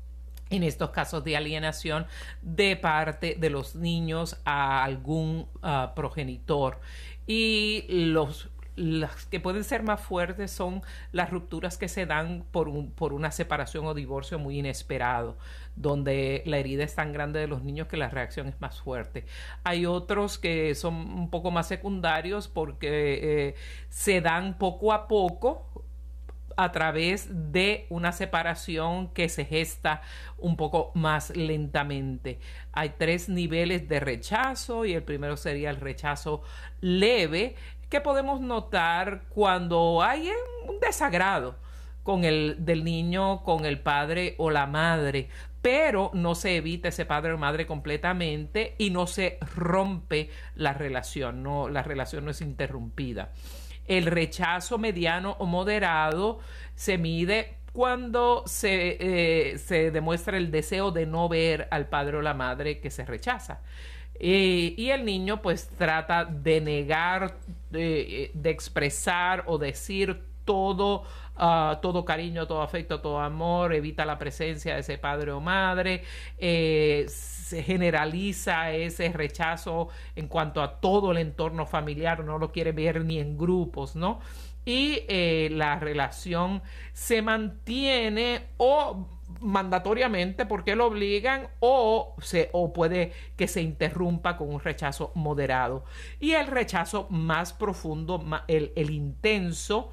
en estos casos de alienación de parte de los niños a algún progenitor. Y las que pueden ser más fuertes son las rupturas que se dan por una separación o divorcio muy inesperado, donde la herida es tan grande de los niños que la reacción es más fuerte. Hay otros que son un poco más secundarios porque se dan poco a poco a través de una separación que se gesta un poco más lentamente. Hay 3 niveles de rechazo y el primero sería el rechazo leve, que podemos notar cuando hay un desagrado del niño con el padre o la madre, pero no se evita ese padre o madre completamente y no se rompe la relación no es interrumpida. El rechazo mediano o moderado se mide cuando se demuestra el deseo de no ver al padre o la madre que se rechaza. Y el niño pues trata de negar, de expresar o decir todo cariño, todo afecto, todo amor, evita la presencia de ese padre o madre, se generaliza ese rechazo en cuanto a todo el entorno familiar, no lo quiere ver ni en grupos, ¿no? Y la relación se mantiene o mandatoriamente porque lo obligan o puede que se interrumpa con un rechazo moderado. Y el rechazo más profundo, el intenso,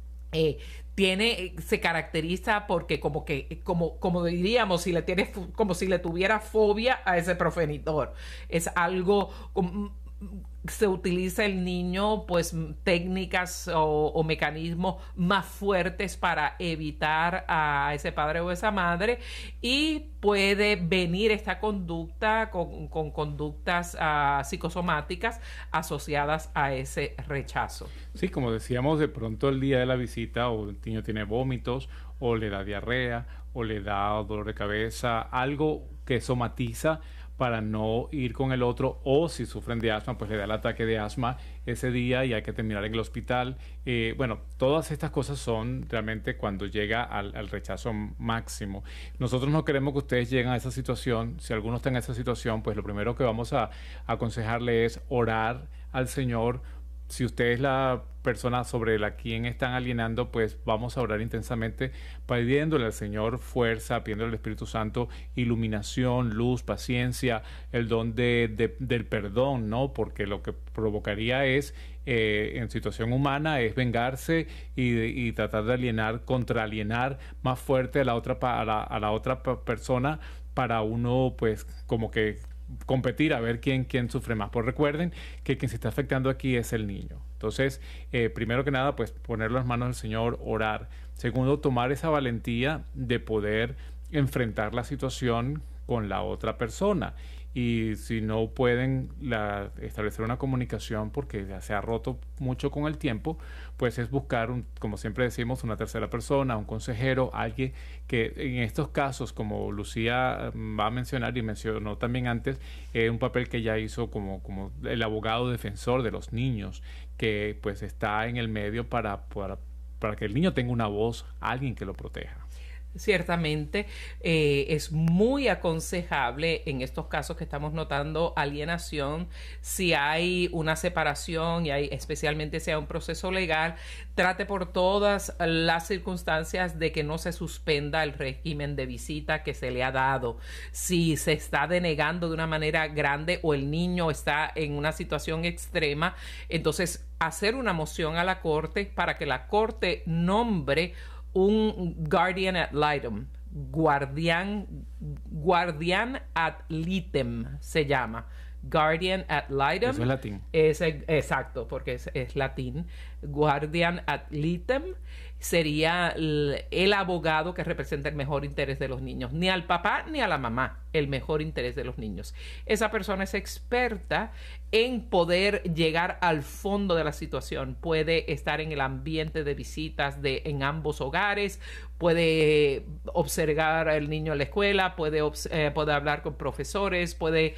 se caracteriza porque como diríamos, como si le tuviera fobia a ese progenitor. Es algo se utiliza el niño pues técnicas o mecanismos más fuertes para evitar a ese padre o esa madre, y puede venir esta conducta con conductas psicosomáticas asociadas a ese rechazo. Sí, como decíamos, de pronto el día de la visita o el niño tiene vómitos o le da diarrea o le da dolor de cabeza, algo que somatiza para no ir con el otro, o si sufren de asma, pues le da el ataque de asma ese día y hay que terminar en el hospital. Bueno, todas estas cosas son realmente cuando llega al rechazo máximo. Nosotros no queremos que ustedes lleguen a esa situación. Si alguno está en esa situación, pues lo primero que vamos a aconsejarle es orar al Señor. Si usted es la persona sobre la quien están alienando, pues vamos a orar intensamente, pidiéndole al Señor fuerza, pidiéndole al Espíritu Santo iluminación, luz, paciencia, el don del perdón, ¿no? Porque lo que provocaría es, en situación humana, es vengarse y tratar de contraalienar más fuerte a la otra persona para uno, pues, como que competir a ver quién sufre más. Pues recuerden que quien se está afectando aquí es el niño. Entonces, primero que nada, pues poner las manos del Señor, orar. Segundo, tomar esa valentía de poder enfrentar la situación con la otra persona. Y si no pueden establecer una comunicación porque ya se ha roto mucho con el tiempo, pues es buscar, como siempre decimos, una tercera persona, un consejero, alguien que en estos casos, como Lucía va a mencionar y mencionó también antes, un papel que ya hizo como el abogado defensor de los niños, que pues está en el medio para que el niño tenga una voz, alguien que lo proteja. Ciertamente es muy aconsejable en estos casos que estamos notando alienación, si hay una separación y especialmente si hay un proceso legal, trate por todas las circunstancias de que no se suspenda el régimen de visita que se le ha dado. Si se está denegando de una manera grande o el niño está en una situación extrema, entonces hacer una moción a la corte para que la corte nombre un guardian ad litem, guardián ad litem se llama. Guardian ad litem. Eso es latín. Exacto, porque es latín. Guardian ad litem sería el abogado que representa el mejor interés de los niños. Ni al papá ni a la mamá, el mejor interés de los niños. Esa persona es experta en poder llegar al fondo de la situación. Puede estar en el ambiente de visitas en ambos hogares, puede observar al niño en la escuela, puede hablar con profesores, puede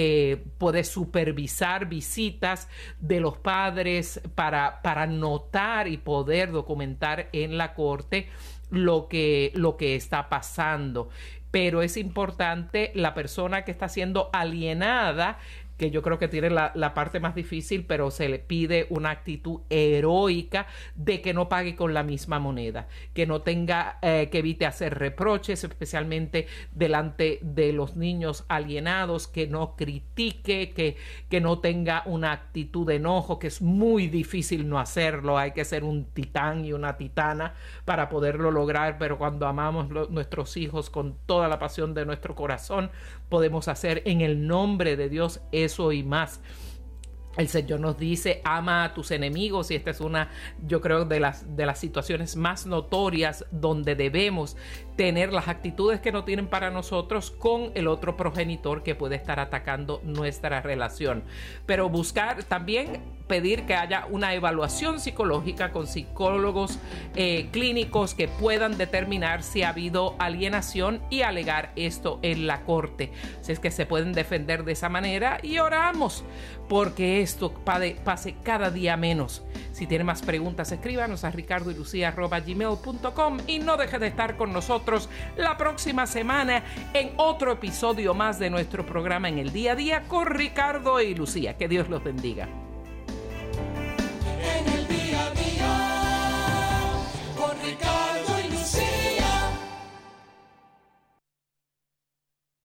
supervisar visitas de los padres para notar y poder documentar en la corte lo que está pasando. Pero es importante la persona que está siendo alienada, que yo creo que tiene la parte más difícil, pero se le pide una actitud heroica de que no pague con la misma moneda, que no tenga, que evite hacer reproches, especialmente delante de los niños alienados, que no critique, que no tenga una actitud de enojo, que es muy difícil no hacerlo. Hay que ser un titán y una titana para poderlo lograr, pero cuando amamos nuestros hijos con toda la pasión de nuestro corazón, podemos hacer en el nombre de Dios eso y más. El Señor nos dice, ama a tus enemigos, y esta es una, yo creo, de las situaciones más notorias donde debemos tener las actitudes que no tienen para nosotros con el otro progenitor que puede estar atacando nuestra relación. Pero buscar también, pedir que haya una evaluación psicológica con psicólogos clínicos que puedan determinar si ha habido alienación y alegar esto en la corte. Si es que se pueden defender de esa manera, y oramos porque esto pase cada día menos. Si tiene más preguntas, escríbanos a ricardoylucia@gmail.com, y no deje de estar con nosotros la próxima semana en otro episodio más de nuestro programa En el Día a Día con Ricardo y Lucía. Que Dios los bendiga.